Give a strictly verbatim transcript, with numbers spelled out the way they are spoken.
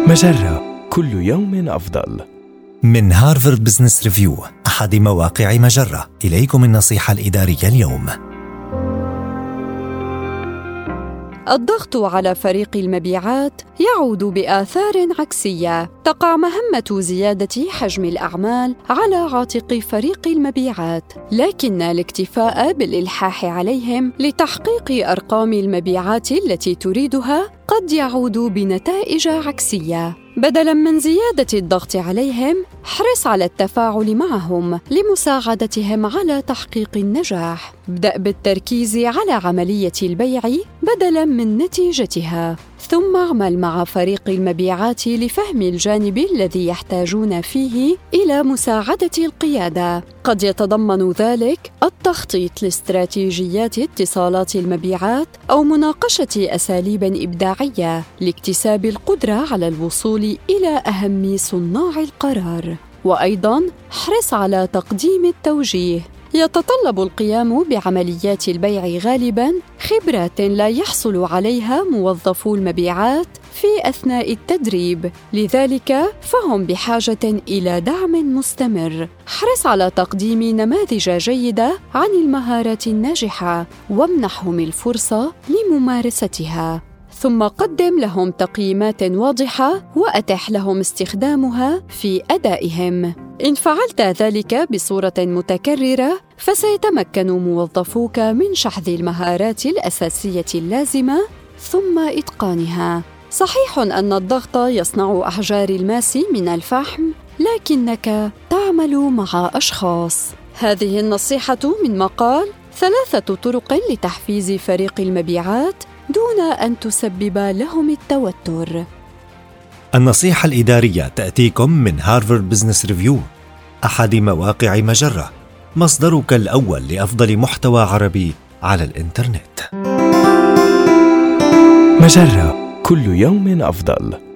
مجرة، كل يوم أفضل. من هارفارد بزنس ريفيو، أحد مواقع مجرة، إليكم النصيحة الإدارية اليوم. الضغط على فريق المبيعات يعود بآثار عكسية. تقع مهمة زيادة حجم الأعمال على عاتق فريق المبيعات، لكن الاكتفاء بالإلحاح عليهم لتحقيق أرقام المبيعات التي تريدها قد يعود بنتائج عكسية. بدلاً من زيادة الضغط عليهم، احرص على التفاعل معهم لمساعدتهم على تحقيق النجاح. ابدأ بالتركيز على عملية البيع بدلاً من نتيجتها، ثم اعمل مع فريق المبيعات لفهم الجانب الذي يحتاجون فيه إلى مساعدة القيادة. قد يتضمن ذلك التخطيط لاستراتيجيات اتصالات المبيعات أو مناقشة أساليب إبداعية لاكتساب القدرة على الوصول إلى أهم صناع القرار. وأيضاً احرص على تقديم التوجيه. يتطلب القيام بعمليات البيع غالباً خبرات لا يحصل عليها موظفو المبيعات في أثناء التدريب، لذلك فهم بحاجة إلى دعم مستمر. احرص على تقديم نماذج جيدة عن المهارات الناجحة وامنحهم الفرصة لممارستها، ثم قدم لهم تقييمات واضحة وأتح لهم استخدامها في أدائهم. إن فعلت ذلك بصورة متكررة، فسيتمكن موظفوك من شحذ المهارات الأساسية اللازمة ثم إتقانها. صحيح أن الضغط يصنع أحجار الماس من الفحم، لكنك تعمل مع أشخاص. هذه النصيحة من مقال ثلاثة طرق لتحفيز فريق المبيعات دون أن تسبب لهم التوتر. النصيحة الإدارية تأتيكم من هارفارد بزنس ريفيو، أحد مواقع مجرة، مصدرك الأول لأفضل محتوى عربي على الإنترنت. مجرة، كل يوم أفضل.